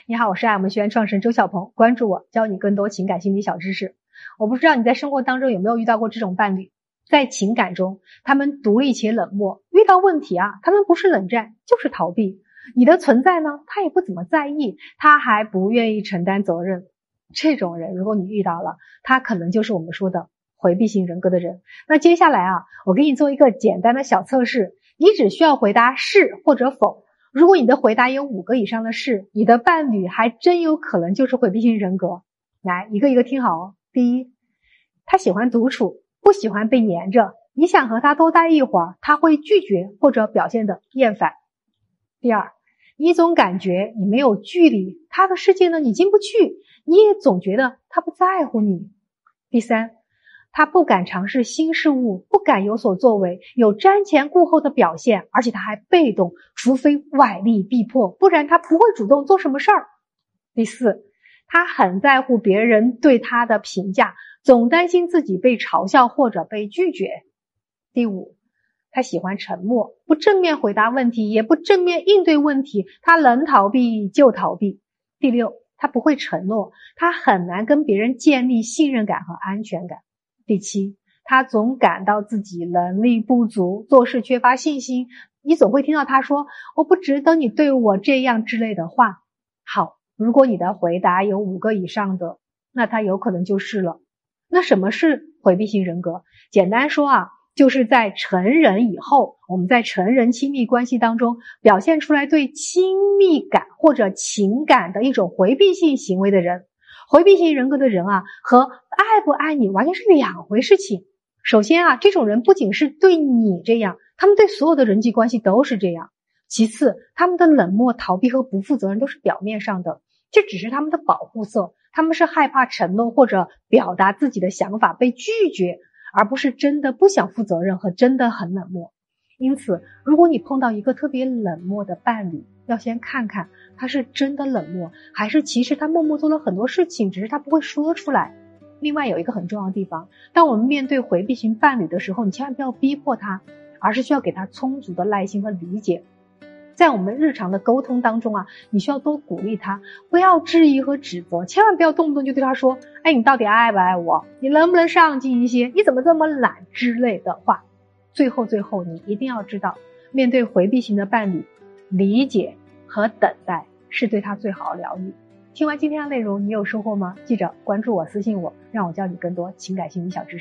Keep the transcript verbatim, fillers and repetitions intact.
你好，我是爱我们学院创始人周小鹏，关注我，教你更多情感心理小知识。我不知道你在生活当中有没有遇到过这种伴侣，在情感中他们独立且冷漠，遇到问题啊，他们不是冷战就是逃避，你的存在呢，他也不怎么在意，他还不愿意承担责任。这种人如果你遇到了，他可能就是我们说的回避型人格的人。那接下来啊，我给你做一个简单的小测试，你只需要回答是或者否。如果你的回答有五个以上的是，你的伴侣还真有可能就是回避型人格。来，一个一个听好哦。第一，他喜欢独处，不喜欢被黏着，你想和他多待一会儿，他会拒绝或者表现的厌烦。第二，你总感觉你没有距离，他的世界呢你进不去，你也总觉得他不在乎你。第三，他不敢尝试新事物，不敢有所作为，有瞻前顾后的表现，而且他还被动，除非外力逼迫，不然他不会主动做什么事儿。第四，他很在乎别人对他的评价，总担心自己被嘲笑或者被拒绝。第五，他喜欢沉默，不正面回答问题，也不正面应对问题，他能逃避就逃避。第六，他不会承诺，他很难跟别人建立信任感和安全感。第七，他总感到自己能力不足，做事缺乏信心，你总会听到他说我不值得你对我这样之类的话。好，如果你的回答有五个以上的，那他有可能就是了。那什么是回避型人格？简单说啊，就是在成人以后，我们在成人亲密关系当中表现出来对亲密感或者情感的一种回避性行为的人。回避型人格的人啊，和爱不爱你完全是两回事情。首先啊，这种人不仅是对你这样，他们对所有的人际关系都是这样。其次，他们的冷漠、逃避和不负责任都是表面上的，这只是他们的保护色，他们是害怕承诺或者表达自己的想法被拒绝，而不是真的不想负责任和真的很冷漠。因此，如果你碰到一个特别冷漠的伴侣，要先看看他是真的冷漠，还是其实他默默做了很多事情，只是他不会说出来。另外有一个很重要的地方，当我们面对回避型伴侣的时候，你千万不要逼迫他，而是需要给他充足的耐心和理解。在我们日常的沟通当中啊，你需要多鼓励他，不要质疑和指责，千万不要动不动就对他说，哎，你到底爱不爱我？你能不能上进一些？你怎么这么懒？之类的话。最后最后你一定要知道，面对回避型的伴侣，理解和等待是对他最好的疗愈。听完今天的内容，你有收获吗？记着关注我，私信我，让我教你更多情感心理小知识。